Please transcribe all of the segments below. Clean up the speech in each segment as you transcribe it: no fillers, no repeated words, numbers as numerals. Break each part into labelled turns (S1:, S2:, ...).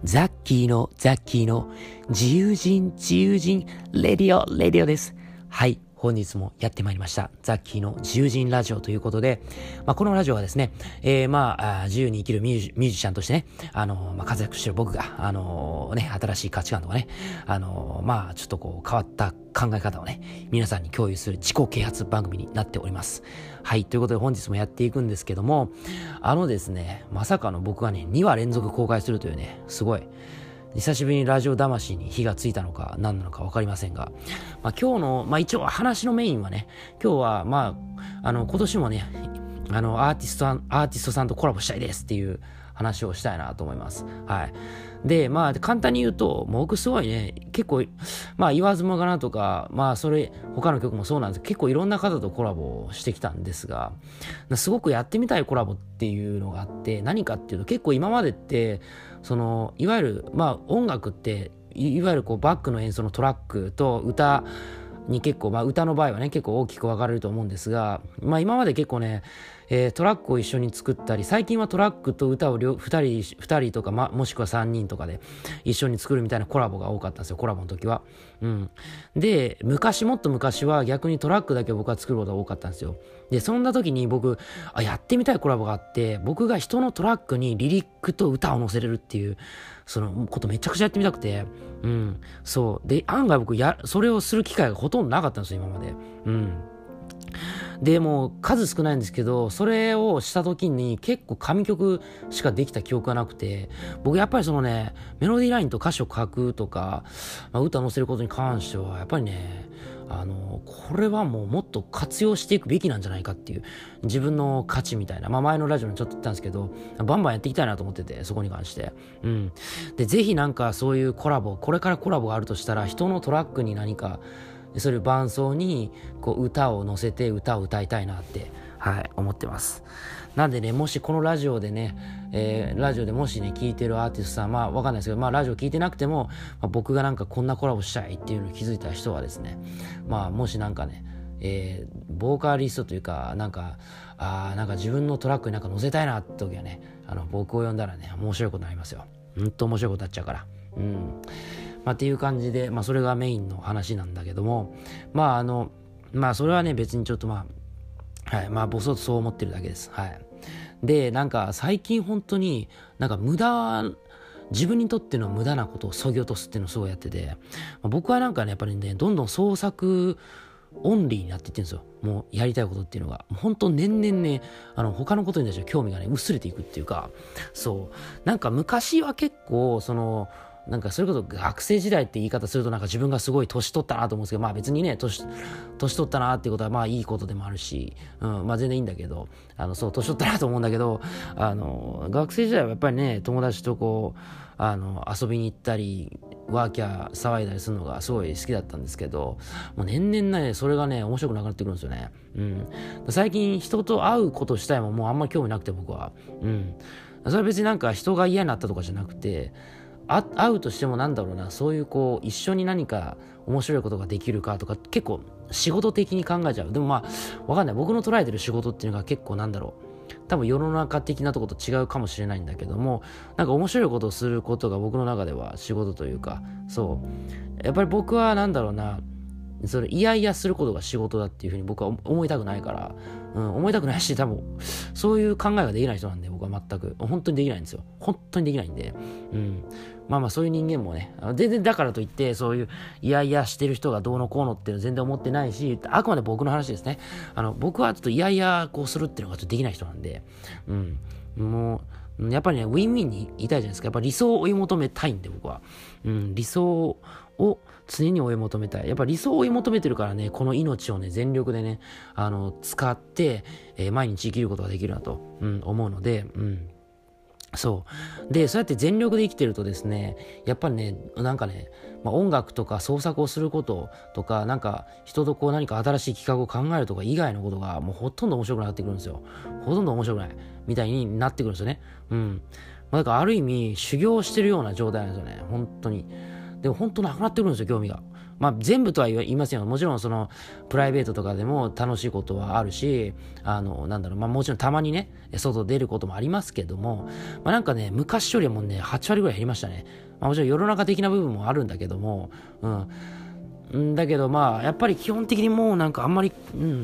S1: ザッキーの自由人レディオです。はい、本日もやってまいりました。ザッキーの自由人ラジオということで、このラジオはですね、自由に生きるミュージシャンとしてね、活躍してる僕が、新しい価値観とかね、ちょっとこう変わった考え方をね、皆さんに共有する自己啓発番組になっております。はい、ということで本日もやっていくんですけども、ですね、まさかの僕がね、2話連続公開するというね、すごい、久しぶりにラジオ魂に火がついたのか何なのか分かりませんが、今日の、一応話のメインはね、今日は今年もね、アーティストさんとコラボしたいですっていう話をしたいなと思います。はい。で、簡単に言うと、僕すごいね、結構、言わずもがなとか、他の曲もそうなんですけど、結構いろんな方とコラボしてきたんですが、すごくやってみたいコラボっていうのがあって、何かっていうと、結構今までって、いわゆる、音楽って、いわゆるこうバックの演奏のトラックと歌に結構、歌の場合はね、結構大きく分かれると思うんですが、今まで結構ね、トラックを一緒に作ったり、最近はトラックと歌を2人とか、もしくは3人とかで一緒に作るみたいなコラボが多かったんですよ、コラボの時は。で、もっと昔は逆にトラックだけ僕は作ることが多かったんですよ。で、そんな時に僕、やってみたいコラボがあって、僕が人のトラックにリリックと歌を乗せれるっていう、そのことめちゃくちゃやってみたくて、そう。で、案外僕それをする機会がほとんどなかったんですよ、今まで。で、もう数少ないんですけど、それをした時に結構神曲しかできた記憶がなくて、僕やっぱりメロディーラインと歌詞を書くとか、歌を載せることに関しては、やっぱりね、これはもうもっと活用していくべきなんじゃないかっていう、自分の価値みたいな、前のラジオにちょっと言ったんですけど、バンバンやっていきたいなと思ってて、そこに関して。で、ぜひそういうこれからコラボがあるとしたら、人のトラックに何か、それ伴奏にこう歌を乗せて歌を歌いたいなって、思ってます。なんでね、もしこのラジオでね、ラジオでもしね、聞いてるアーティストさん、わかんないですけど、ラジオ聞いてなくても、僕がこんなコラボしたいっていうのに気づいた人はですね、もしボーカリストというか、自分のトラックに乗せたいなって時はね、僕を呼んだらね、面白いことになりますよ。面白いことになっちゃうから。っていう感じで、それがメインの話なんだけども、それはね、別にちょっとボソッとそう思ってるだけです。で、最近本当に、自分にとっての無駄なことを削ぎ落とすっていうのをすごいやってて、僕はやっぱりね、どんどん創作オンリーになっていってるんですよ。もうやりたいことっていうのが。本当年々ね、他のことに対して興味がね、薄れていくっていうか、そう。昔は結構、それこそ学生時代って言い方すると自分がすごい年取ったなと思うんですけど、別にね、年取ったなっていうことはいいことでもあるし、全然いいんだけど、年取ったなと思うんだけど、学生時代はやっぱりね、友達とこう、遊びに行ったり、ワーキャー騒いだりするのがすごい好きだったんですけど、もう年々ね、それがね、面白くなくなってくるんですよね。最近人と会うこと自体ももうあんまり興味なくて僕は。それは別に人が嫌になったとかじゃなくて、会うとしてもそういうこう一緒に何か面白いことができるかとか結構仕事的に考えちゃう。でもわかんない。僕の捉えてる仕事っていうのが結構多分世の中的なところと違うかもしれないんだけども、面白いことをすることが僕の中では仕事というか、そうやっぱり僕はそれ嫌々することが仕事だっていうふうに僕は思いたくないから、思いたくないし、多分そういう考えができない人なんで、僕は全く本当にできないんですよ。本当にできないんで、そういう人間もね、全然だからといってそういう嫌々してる人がどうのこうのっていうのは全然思ってないし、あくまで僕の話ですね。僕はちょっと嫌々こうするっていうのがちょっとできない人なんで、もうやっぱりね、ウィンウィンにいたいじゃないですか。やっぱり理想を追い求めたいんで僕は、理想を常に追い求めたい。やっぱ理想を追い求めてるからね、この命をね、全力でね、使って、毎日生きることができるなと、思うので、そうで、そうやって全力で生きてるとですね、やっぱりね、音楽とか創作をすることとか、人とこう何か新しい企画を考えるとか以外のことがもうほとんど面白くなってくるんですよ。ほとんど面白くないみたいになってくるんですよね。だからある意味修行してるような状態なんですよね、本当に。でも本当なくなってくるんですよ、興味が。 まあ全部とは言いませんよ。もちろんそのプライベートとかでも楽しいことはあるし、まあもちろんたまにね、外出ることもありますけども、まあなんかね、昔よりはもうね、8割ぐらい減りましたね。まあもちろん世の中的な部分もあるんだけども、だけどまあ、やっぱり基本的にもうなんかあんまり、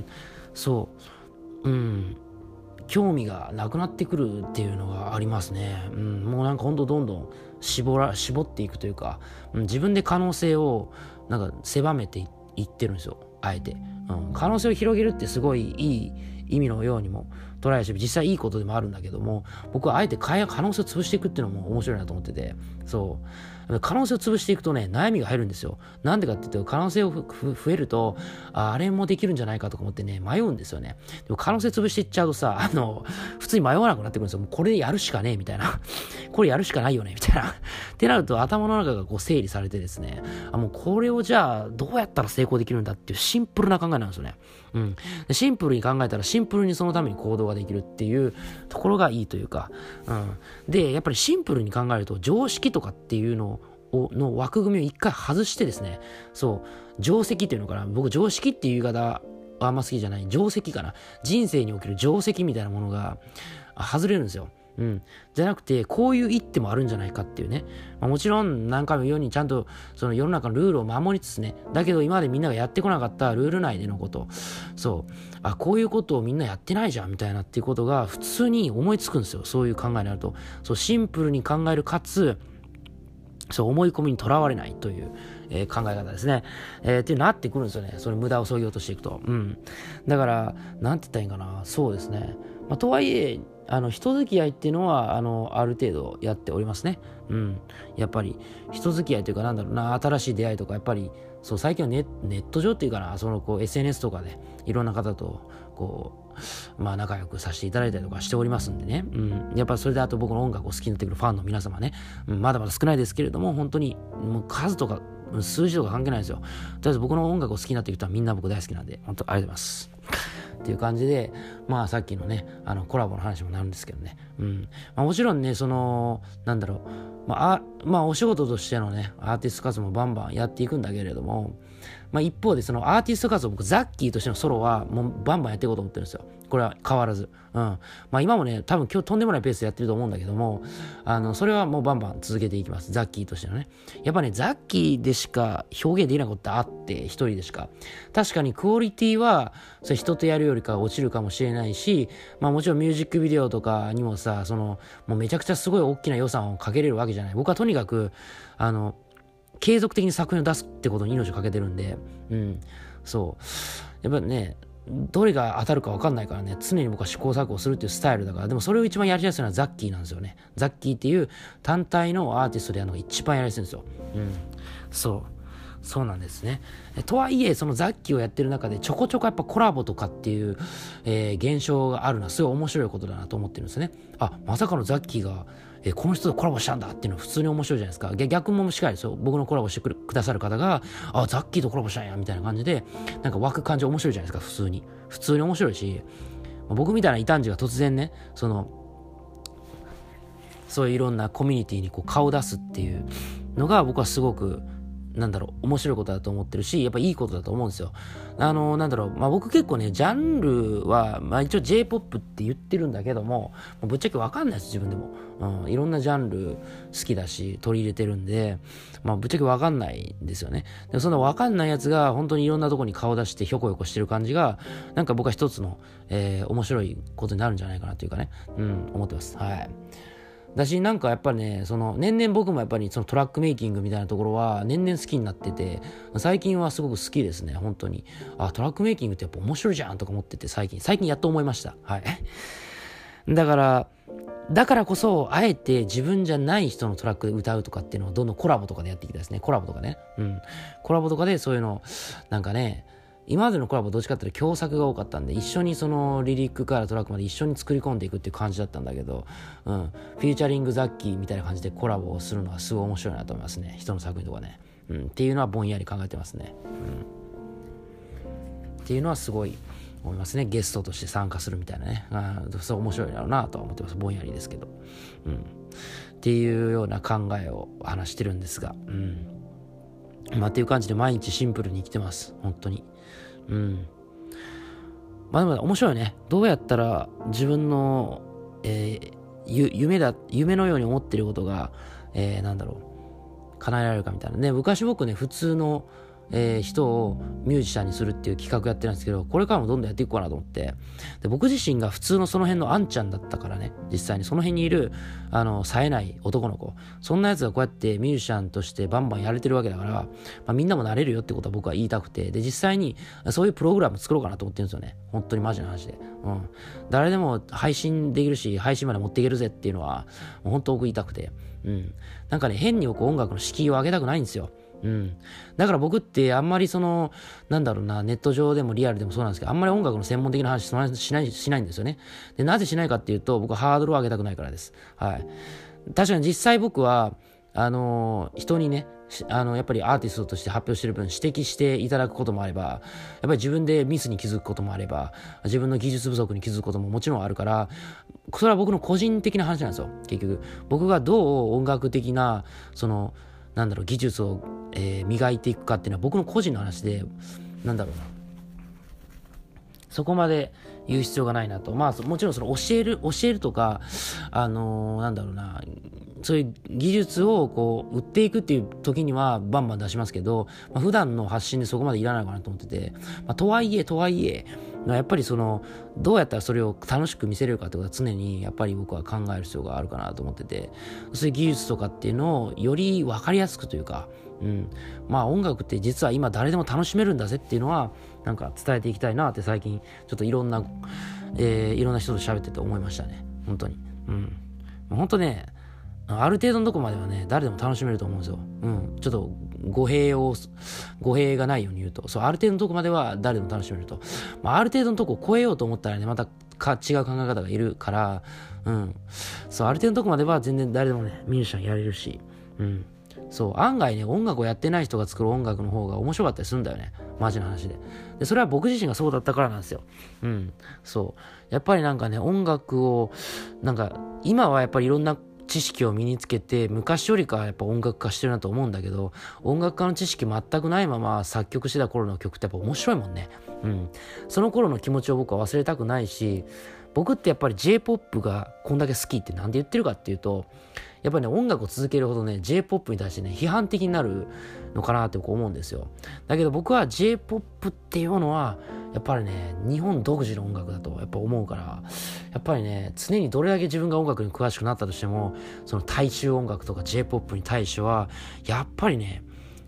S1: 興味がなくなってくるっていうのがありますね。もうなんかほんとどんどん絞っていくというか、自分で可能性をなんか狭めていってるんですよ、あえて。可能性を広げるってすごいいい意味のようにも捉えるし、実際いいことでもあるんだけども、僕はあえて可能性を潰していくっていうのも面白いなと思ってて、可能性を潰していくとね、悩みが入るんですよ。なんでかっていうと、可能性を増えると、あれもできるんじゃないかとか思ってね、迷うんですよね。でも可能性潰していっちゃうとさ、普通に迷わなくなってくるんですよ。もうこれやるしかねえみたいな。これやるしかないよねみたいな。ってなると頭の中がこう整理されてですね、もうこれをじゃあどうやったら成功できるんだっていうシンプルな考えなんですよね。でシンプルに考えたらシンプルにそのために行動ができるっていうところがいいというか、でやっぱりシンプルに考えると常識とかっていうの枠組みを一回外してですね、定石っていうのかな、僕常識っていう言い方はあんま好きじゃない、定石かな、人生における定石みたいなものが外れるんですよ。じゃなくてこういう一手もあるんじゃないかっていうね、もちろん何回も言うようにちゃんとその世の中のルールを守りつつね、だけど今までみんながやってこなかったルール内でのこと、こういうことをみんなやってないじゃんみたいなっていうことが普通に思いつくんですよ。そういう考えになると、シンプルに考えるかつ思い込みにとらわれないという、考え方ですね。っていうなってくるんですよね。それ無駄を削ぎ落としていくと。だから、なんて言ったらいいんかな。そうですね。とはいえ、人付き合いっていうのは、ある程度やっておりますね。やっぱり、人付き合いというか、新しい出会いとか、やっぱり、最近はネット上っていうかな、SNS とかで、いろんな方と、仲良くさせていただいたりとかしておりますんでね。やっぱそれであと僕の音楽を好きになってくるファンの皆様ね、まだまだ少ないですけれども、本当にもう数とか数字とか関係ないですよ。とりあえず僕の音楽を好きになっている人はみんな僕大好きなんで、本当ありがとうございます。っていう感じで、さっきのね、コラボの話もなるんですけどね。もちろんね、お仕事としてのね、アーティスト活動もバンバンやっていくんだけれども、一方でそのアーティスト活動、僕ザッキーとしてのソロはもうバンバンやっていこうと思ってるんですよ。これは変わらず。今もね、多分今日とんでもないペースでやってると思うんだけども、それはもうバンバン続けていきます。ザッキーとしてのね。やっぱね、ザッキーでしか表現できないことってあって、一人でしか。確かにクオリティは、それ人とやるよりか落ちるかもしれないし、もちろんミュージックビデオとかにもさ、もうめちゃくちゃすごい大きな予算をかけれるわけじゃない。僕はとにかく、継続的に作品を出すってことに命をかけてるんで、やっぱりね、どれが当たるか分かんないからね、常に僕は試行錯誤するっていうスタイルだから、でもそれを一番やりやすいのはザッキーなんですよね。ザッキーっていう単体のアーティストでやるのが一番やりやすいんですよ。そうなんですね。とはいえ、そのザッキーをやってる中でちょこちょこやっぱコラボとかっていう、現象があるのはすごい面白いことだなと思ってるんですね。まさかのザッキーが、この人とコラボしたんだっていうのは普通に面白いじゃないですか。逆もしかりですよ。僕のコラボしてくださる方が、ザッキーとコラボしたんやみたいな感じで、なんか湧く感じ面白いじゃないですか。普通に面白いし、僕みたいな異端児が突然ね、そういういろんなコミュニティに顔を出すっていうのが僕はすごく面白いことだと思ってるし、やっぱいいことだと思うんですよ。僕結構ね、ジャンルは、一応 J-POP って言ってるんだけども、ぶっちゃけわかんないです、自分でも。いろんなジャンル好きだし、取り入れてるんで、ぶっちゃけわかんないんですよね。でもそのわかんないやつが、本当にいろんなとこに顔出してひょこひょこしてる感じが、なんか僕は一つの、面白いことになるんじゃないかなというかね、思ってます。はい。だし、なんかやっぱりね、年々僕もやっぱりトラックメイキングみたいなところは年々好きになってて、最近はすごく好きですね、本当に。トラックメイキングってやっぱ面白いじゃんとか思ってて、最近やっと思いました。はい。だからこそ、あえて自分じゃない人のトラックで歌うとかっていうのをどんどんコラボとかでやっていきたいですね。コラボとかね。コラボとかでそういうの、なんかね、今までのコラボどっちかっていうと共作が多かったんで、一緒にリリックからトラックまで一緒に作り込んでいくっていう感じだったんだけど、フューチャリングザッキーみたいな感じでコラボをするのはすごい面白いなと思いますね。人の作品とかね。っていうのはぼんやり考えてますね。っていうのはすごい思いますね。ゲストとして参加するみたいなね。そう面白いだろうなとは思ってます。ぼんやりですけど。っていうような考えを話してるんですが、 っていう感じで毎日シンプルに生きてます。本当に。でも面白いね。どうやったら自分の、夢のように思ってることが、叶えられるかみたいなね。昔僕ね、普通の、人をミュージシャンにするっていう企画やってるんですけど、これからもどんどんやっていこうかなと思って。で、僕自身が普通のその辺のあんちゃんだったからね、実際にその辺にいる、冴えない男の子。そんなやつがこうやってミュージシャンとしてバンバンやれてるわけだから、みんなもなれるよってことは僕は言いたくて、で、実際にそういうプログラム作ろうかなと思ってるんですよね。本当にマジな話で。誰でも配信できるし、配信まで持っていけるぜっていうのは、もう本当僕言いたくて。なんかね、変に僕音楽の敷居を上げたくないんですよ。だから僕ってあんまりネット上でもリアルでもそうなんですけど、あんまり音楽の専門的な話しないんですよね。で、なぜしないかっていうと、僕はハードルを上げたくないからです。はい。確かに実際僕は、人にね、やっぱりアーティストとして発表してる分指摘していただくこともあれば、やっぱり自分でミスに気づくこともあれば、自分の技術不足に気づくことももちろんあるから、それは僕の個人的な話なんですよ。結局僕がどう音楽的な技術を、磨いていくかっていうのは僕の個人の話で、そこまで言う必要がないなと。もちろん教えるとか、そういう技術をこう売っていくっていう時にはバンバン出しますけど、普段の発信でそこまでいらないかなと思ってて、とはいえやっぱりどうやったらそれを楽しく見せれるかってことは常にやっぱり僕は考える必要があるかなと思ってて、そういう技術とかっていうのをより分かりやすくというか、音楽って実は今誰でも楽しめるんだぜっていうのは伝えていきたいなって最近ちょっといろんな人と喋ってて思いましたね。本当に。本当ね、ある程度のとこまではね、誰でも楽しめると思うんですよ。ちょっと語弊がないように言うと、ある程度のとこまでは誰でも楽しめると。ある程度のとこを超えようと思ったらね、また違う考え方がいるから、ある程度のとこまでは全然誰でもね、ミュージシャンやれるし、案外ね、音楽をやってない人が作る音楽の方が面白かったりするんだよね。マジな話で。それは僕自身がそうだったからなんですよ。やっぱり音楽を、今はやっぱりいろんな知識を身につけて、昔よりかはやっぱ音楽化してるなと思うんだけど、音楽家の知識全くないまま作曲してた頃の曲ってやっぱ面白いもんね。その頃の気持ちを僕は忘れたくないし、僕ってやっぱり J-POP がこんだけ好きってなんで言ってるかっていうと、やっぱりね、音楽を続けるほどね、J-POP に対してね、批判的になるのかなって僕思うんですよ。だけど僕は J-POP っていうのはやっぱりね、日本独自の音楽だとやっぱ思うから、やっぱりね、常にどれだけ自分が音楽に詳しくなったとしても、その大衆音楽とか J-POP に対してはやっぱりね、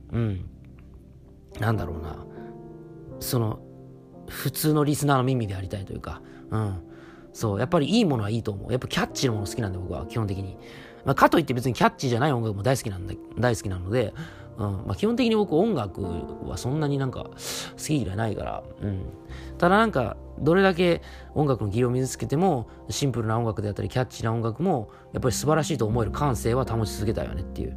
S1: 普通のリスナーの耳でありたいというか、やっぱりいいものはいいと思う。やっぱキャッチーなもの好きなんで、僕は基本的に。かといって別にキャッチーじゃない音楽も大好きなので、基本的に僕音楽はそんなに好き嫌いないから、ただどれだけ音楽の技量を身につけても、シンプルな音楽であったりキャッチーな音楽もやっぱり素晴らしいと思える感性は保ち続けたいよねっていう、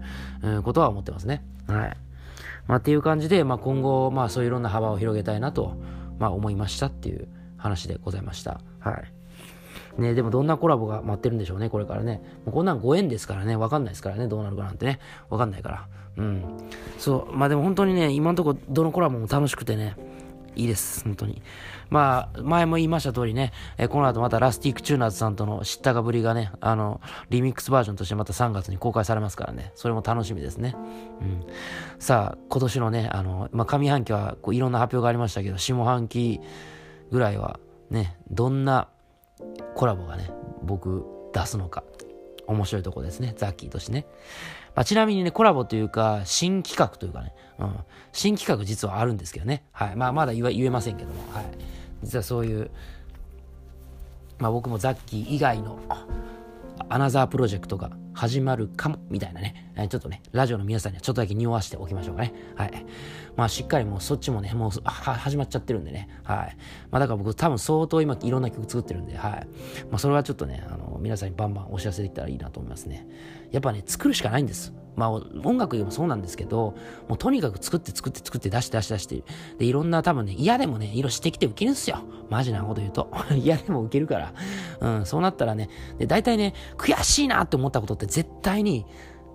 S1: ことは思ってますね。はい。っていう感じで、今後そういういろんな幅を広げたいなと、思いましたっていう話でございました。はい。ね、でもどんなコラボが待ってるんでしょうね、これからね。もうこんなんご縁ですからね、わかんないですからね、どうなるかなんてね、わかんないから。でも本当にね、今のところどのコラボも楽しくてね、いいです、本当に。前も言いました通りね、この後またラスティックチューナーズさんとの知ったかぶりがね、リミックスバージョンとしてまた3月に公開されますからね、それも楽しみですね。さあ、今年のね、上半期はいろんな発表がありましたけど、下半期ぐらいはね、どんなコラボがね、僕出すのか面白いところですね、ザッキーとしてね。ちなみにね、コラボというか新企画というかね、新企画実はあるんですけどね、はい、まだ言えませんけども、はい、実はそういう、僕もザッキー以外のアナザープロジェクトが始まるかもみたいなね、ちょっとね、ラジオの皆さんにはちょっとだけ匂わせておきましょうかね。はい。しっかりもうそっちもね、もう始まっちゃってるんでね。はい。だから僕多分相当今いろんな曲作ってるんで、はい。それはちょっとね、皆さんにバンバンお知らせできたらいいなと思いますね。やっぱね、作るしかないんです。音楽でもそうなんですけど、もうとにかく作って出してで、いろんな多分ね、嫌でもね、色してきてウケるんすよ。マジなこと言うと。嫌でもウケるから。そうなったらね、で、大体ね、悔しいなって思ったことって絶対に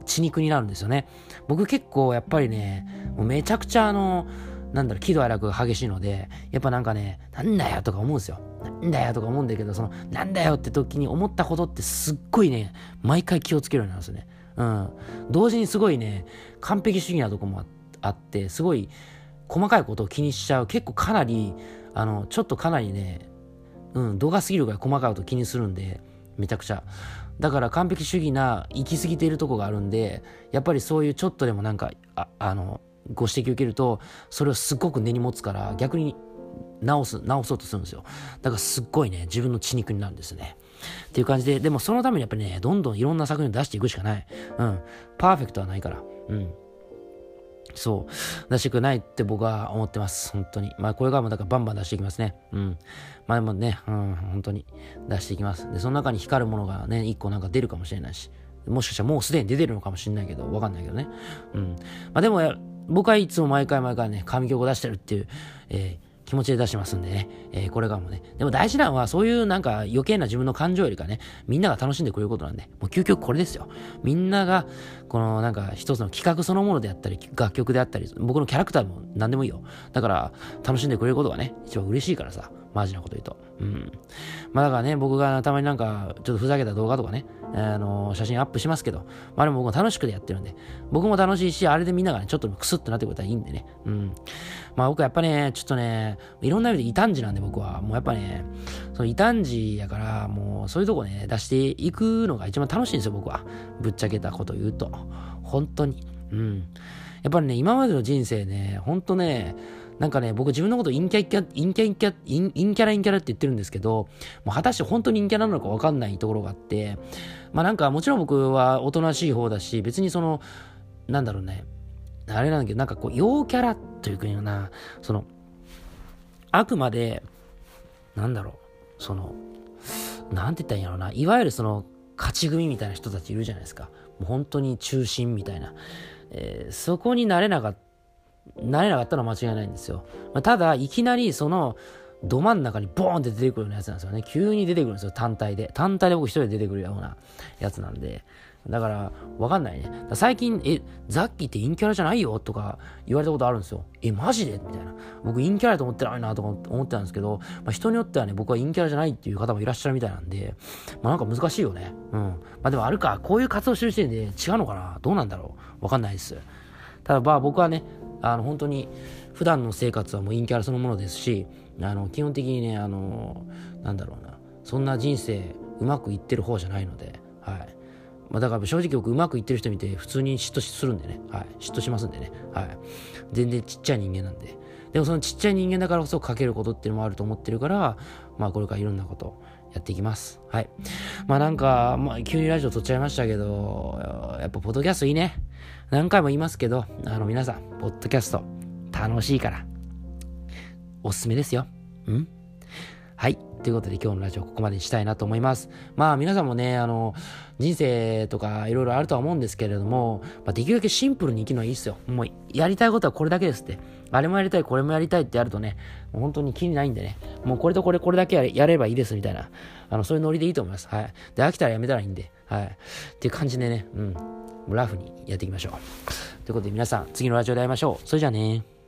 S1: 血肉になるんですよね。僕結構やっぱりね、もうめちゃくちゃ喜怒哀楽が激しいので、やっぱなんかね、なんだよとか思うんですよ。なんだよとか思うんだけど、なんだよって時に思ったことってすっごいね、毎回気をつけるようになるんですよね。同時にすごいね、完璧主義なとこもあって、すごい細かいことを気にしちゃう。結構かなり、ちょっとかなりね、度が過ぎるぐらい細かいことを気にするんで、めちゃくちゃ。だから完璧主義な行き過ぎているとこがあるんで、やっぱりそういうちょっとでもなんか、ご指摘を受けると、それをすっごく根に持つから、逆に直そうとするんですよ。だからすっごいね、自分の血肉になるんですね。っていう感じで、でもそのためにやっぱりね、どんどんいろんな作品を出していくしかない。パーフェクトはないから。そう。出していくないって僕は思ってます。本当に。これからもだからバンバン出していきますね。でもね、本当に出していきます。で、その中に光るものがね、一個なんか出るかもしれないし、もしかしたらもうすでに出てるのかもしれないけど、わかんないけどね。でも僕はいつも毎回ね、神曲を出してるっていう、気持ちで出してますんでね、これからもね。でも大事なのはそういうなんか余計な自分の感情よりかね、みんなが楽しんでくれることなんで、もう究極これですよ。みんなが、このなんか一つの企画そのものであったり、楽曲であったり、僕のキャラクターも何でもいいよ。だから楽しんでくれることがね、一番嬉しいからさ、マジなこと言うと。だからね、僕がたまになんかちょっとふざけた動画とかね、写真アップしますけど、でも僕も楽しくてやってるんで、僕も楽しいし、あれでみんながね、ちょっとクスッとなってくれたらいいんでね。僕やっぱね、ちょっとね、いろんな意味で異端児なんで僕は、もうやっぱね、その異端児やから、もうそういうとこね、出していくのが一番楽しいんですよ、僕は。ぶっちゃけたこと言うと。本当に。やっぱりね、今までの人生ね、本当ね、なんかね、僕自分のこと陰キャラって言ってるんですけど、もう果たして本当に陰キャラなのか分かんないところがあって、なんかもちろん僕はおとなしい方だし、別になんだろうね、あれなんだけど、なんかこう、陽キャラというかな、あくまで、なんだろう、なんて言ったらいいんやろな、いわゆる勝ち組みたいな人たちいるじゃないですか。もう本当に中心みたいな。そこになれなかったのは間違いないんですよ。ただ、いきなりど真ん中にボーンって出てくるようなやつなんですよね。急に出てくるんですよ、単体で僕一人で出てくるようなやつなんで。だから、わかんないね。最近、ザッキーって陰キャラじゃないよとか言われたことあるんですよ。マジでみたいな。僕陰キャラと思ってないなとか思ってたんですけど、人によってはね、僕は陰キャラじゃないっていう方もいらっしゃるみたいなんで、なんか難しいよね。でもあるか、こういう活動してる時点で違うのかな、どうなんだろう、わかんないです。ただ僕はね、本当に普段の生活はもう陰キャラそのものですし、基本的にね、なんだろうな、そんな人生うまくいってる方じゃないので、はい。だから正直僕うまくいってる人見て普通に嫉妬するんでね、はい。嫉妬しますんでね、はい。全然ちっちゃい人間なんで。でもそのちっちゃい人間だからこそ書けることっていうのもあると思ってるから、これからいろんなことやっていきます。はい。なんか、急にラジオ撮っちゃいましたけど、やっぱポッドキャストいいね。何回も言いますけど、皆さん、ポッドキャスト楽しいから、おすすめですよ。はい。ということで今日のラジオここまでにしたいなと思います。皆さんもね、人生とかいろいろあるとは思うんですけれども、できるだけシンプルに生きるのはいいですよ。もうやりたいことはこれだけですって。あれもやりたい、これもやりたいってやるとね、もう本当に気にないんでね、もうこれとこれだけやればいいですみたいな、そういうノリでいいと思います。はい。で、飽きたらやめたらいいんで、はい。っていう感じでね、もうラフにやっていきましょう。ということで皆さん、次のラジオで会いましょう。それじゃあね。